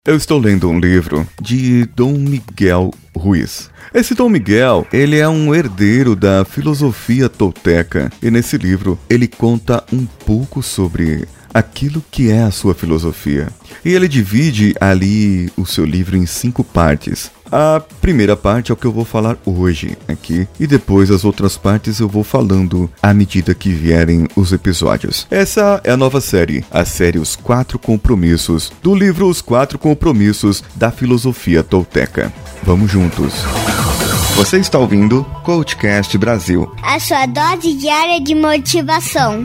Eu estou lendo um livro de Dom Miguel Ruiz. Esse Dom Miguel, ele é um herdeiro da filosofia tolteca e nesse livro ele conta um pouco sobre aquilo que é a sua filosofia. E ele divide ali o seu livro em 5 partes. A primeira parte é o que eu vou falar hoje aqui, e depois as outras partes eu vou falando à medida que vierem os episódios. Essa é a nova série, a série Os 4 Compromissos, do livro Os 4 Compromissos da Filosofia Tolteca. Vamos juntos! Você está ouvindo Coachcast Brasil, a sua dose diária de motivação.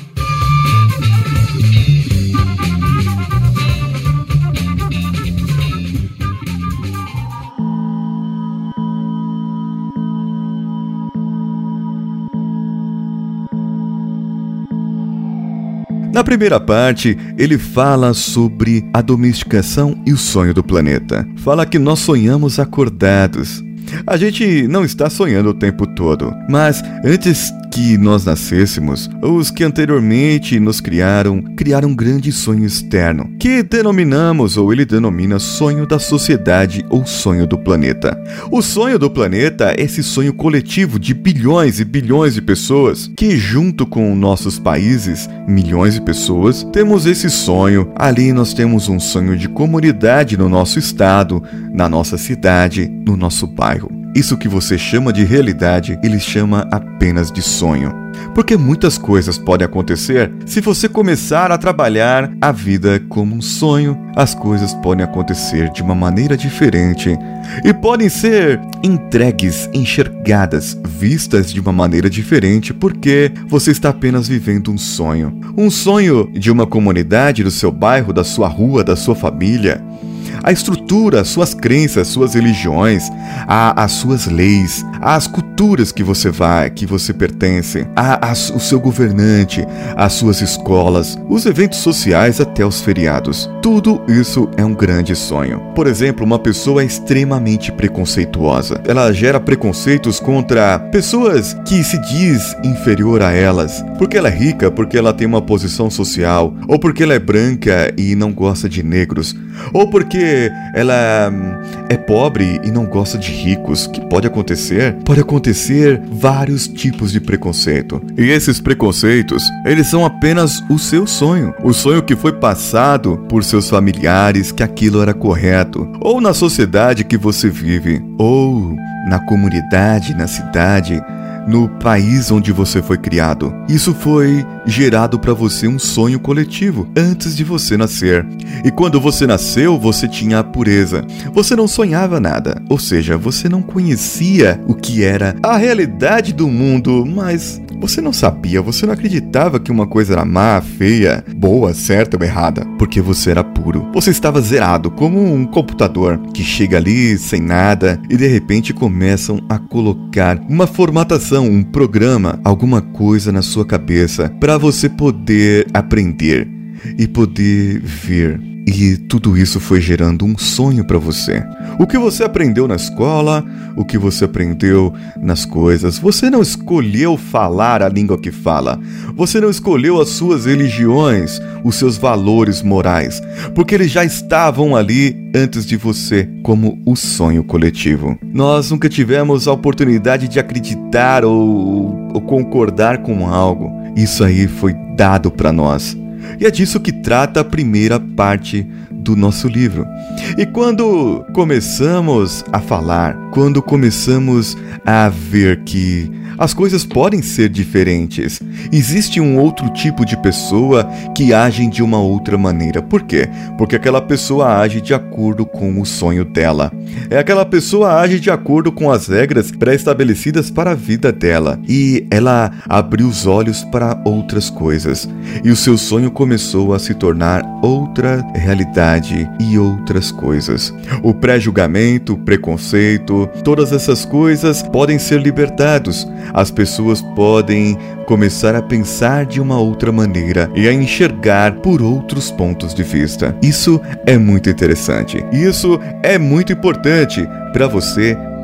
Na primeira parte, ele fala sobre a domesticação e o sonho do planeta. Fala que nós sonhamos acordados. A gente não está sonhando o tempo todo, mas antes que nós nascêssemos, os que anteriormente nos criaram um grande sonho externo, que denominamos, ou ele denomina, sonho da sociedade ou sonho do planeta. O sonho do planeta é esse sonho coletivo de bilhões e bilhões de pessoas, que junto com nossos países, milhões de pessoas, temos esse sonho. Ali nós temos um sonho de comunidade no nosso estado, na nossa cidade, no nosso bairro. Isso que você chama de realidade, ele chama apenas de sonho. Porque muitas coisas podem acontecer se você começar a trabalhar a vida como um sonho. As coisas podem acontecer de uma maneira diferente e podem ser entregues, enxergadas, vistas de uma maneira diferente porque você está apenas vivendo um sonho. Um sonho de uma comunidade, do seu bairro, da sua rua, da sua família. A estrutura, suas crenças, suas religiões, as suas leis, as culturas que você pertence, o seu governante, as suas escolas, os eventos sociais até os feriados. Tudo isso é um grande sonho. Por exemplo, uma pessoa é extremamente preconceituosa. Ela gera preconceitos contra pessoas que se diz inferior a elas, porque ela é rica, porque ela tem uma posição social, ou porque ela é branca e não gosta de negros, ou porque ela é pobre e não gosta de ricos. Que pode acontecer? Pode acontecer vários tipos de preconceito. E esses preconceitos, eles são apenas o seu sonho. O sonho que foi passado por seus familiares que aquilo era correto. Ou na sociedade que você vive. Ou na comunidade, na cidade, no país onde você foi criado. Isso foi gerado para você um sonho coletivo antes de você nascer. E quando você nasceu, você tinha a pureza. Você não sonhava nada, ou seja, você não conhecia o que era a realidade do mundo, mas você não sabia, você não acreditava que uma coisa era má, feia, boa, certa ou errada, porque você era puro. Você estava zerado, como um computador que chega ali sem nada e de repente começam a colocar uma formatação, um programa, alguma coisa na sua cabeça para você poder aprender e poder ver. E tudo isso foi gerando um sonho para você. O que você aprendeu na escola, o que você aprendeu nas coisas. Você não escolheu falar a língua que fala. Você não escolheu as suas religiões, os seus valores morais, porque eles já estavam ali antes de você, como o sonho coletivo. Nós nunca tivemos a oportunidade de acreditar ou concordar com algo. Isso aí foi dado para nós. E é disso que trata a primeira parte do nosso livro. E quando começamos a falar, quando começamos a ver que as coisas podem ser diferentes, existe um outro tipo de pessoa que agem de uma outra maneira. Por quê? Porque aquela pessoa age de acordo com o sonho dela. Aquela pessoa age de acordo com as regras pré-estabelecidas para a vida dela. E ela abriu os olhos para outras coisas. E o seu sonho começou a se tornar outra realidade e outras coisas. O pré-julgamento, o preconceito, todas essas coisas podem ser libertados. As pessoas podem começar a pensar de uma outra maneira e a enxergar por outros pontos de vista. Isso é muito interessante. Isso é muito importante para você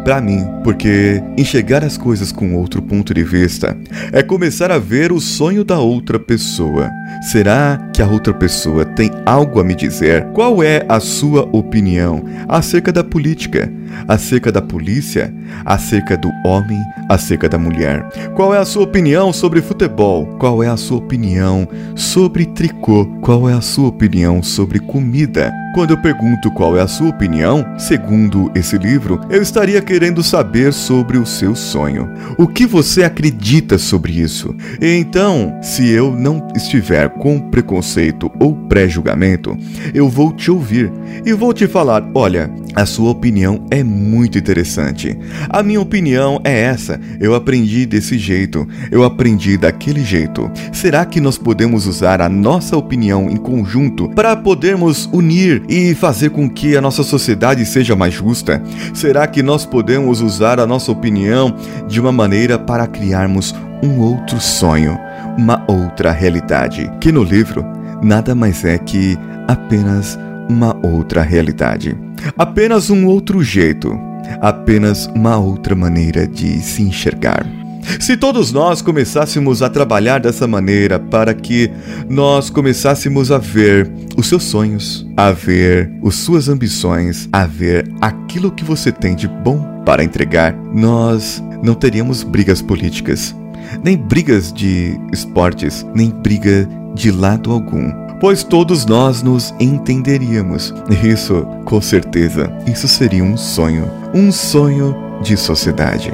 para mim, porque enxergar as coisas com outro ponto de vista é começar a ver o sonho da outra pessoa. Será que a outra pessoa tem algo a me dizer? Qual é a sua opinião acerca da política, acerca da polícia, acerca do homem, acerca da mulher? Qual é a sua opinião sobre futebol? Qual é a sua opinião sobre tricô? Qual é a sua opinião sobre comida? Quando eu pergunto qual é a sua opinião, segundo esse livro, eu estaria querendo saber sobre o seu sonho. O que você acredita sobre isso? E então, se eu não estiver com preconceito ou pré-julgamento, eu vou te ouvir e vou te falar: olha, a sua opinião é muito interessante. A minha opinião é essa. Eu aprendi desse jeito. Eu aprendi daquele jeito. Será que nós podemos usar a nossa opinião em conjunto para podermos unir e fazer com que a nossa sociedade seja mais justa? Será que nós podemos usar a nossa opinião de uma maneira para criarmos um outro sonho, uma outra realidade? Que no livro nada mais é que apenas uma outra realidade. Apenas um outro jeito, apenas uma outra maneira de se enxergar. Se todos nós começássemos a trabalhar dessa maneira para que nós começássemos a ver os seus sonhos, a ver as suas ambições, a ver aquilo que você tem de bom para entregar, nós não teríamos brigas políticas, nem brigas de esportes, nem briga de lado algum. Pois todos nós nos entenderíamos. Isso, com certeza, isso seria um sonho de sociedade.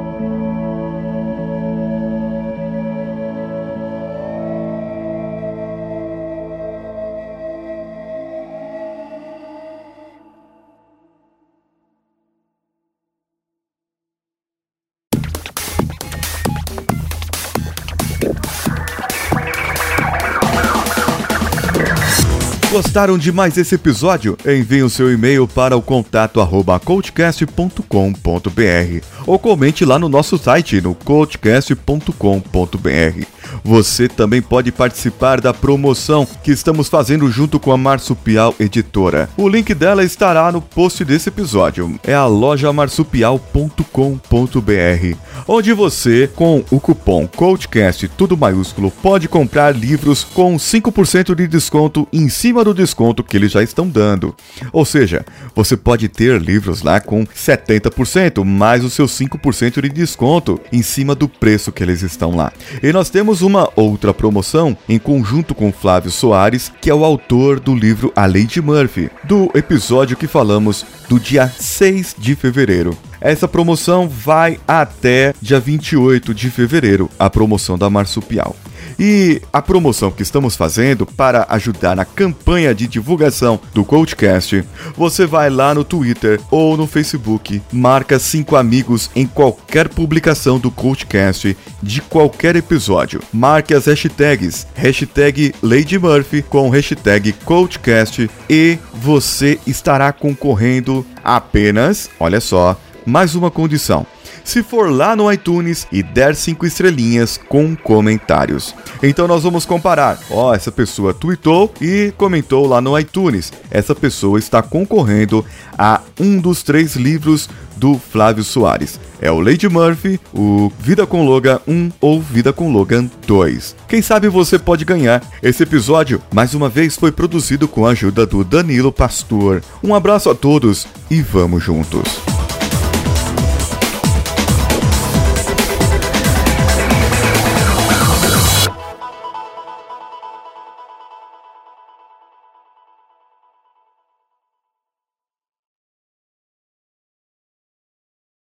Gostaram de mais esse episódio? Envie o seu e-mail para o contato@coachcast.com.br ou comente lá no nosso site no coachcast.com.br. Você também pode participar da promoção que estamos fazendo junto com a Marsupial Editora. O link dela estará no post desse episódio. É a loja marsupial.com.br, onde você, com o cupom COACHCAST, tudo maiúsculo, pode comprar livros com 5% de desconto em cima do desconto que eles já estão dando. Ou seja, você pode ter livros lá com 70% mais os seus 5% de desconto em cima do preço que eles estão lá. E nós temos uma outra promoção em conjunto com Flávio Soares, que é o autor do livro A Lady Murphy, do episódio que falamos do dia 6 de fevereiro. Essa promoção vai até dia 28 de fevereiro, a promoção da Marsupial. E a promoção que estamos fazendo para ajudar na campanha de divulgação do CoachCast, você vai lá no Twitter ou no Facebook, marca 5 amigos em qualquer publicação do CoachCast de qualquer episódio. Marque as hashtags, hashtag Lady Murphy com hashtag CoachCast e você estará concorrendo apenas, olha só, mais uma condição. Se for lá no iTunes e der 5 estrelinhas com comentários. Então nós vamos comparar. Essa pessoa tweetou e comentou lá no iTunes. Essa pessoa está concorrendo a um dos 3 livros do Flávio Soares. É o Lady Murphy, o Vida com Logan 1 ou Vida com Logan 2. Quem sabe você pode ganhar. Esse episódio, mais uma vez, foi produzido com a ajuda do Danilo Pastor. Um abraço a todos e vamos juntos!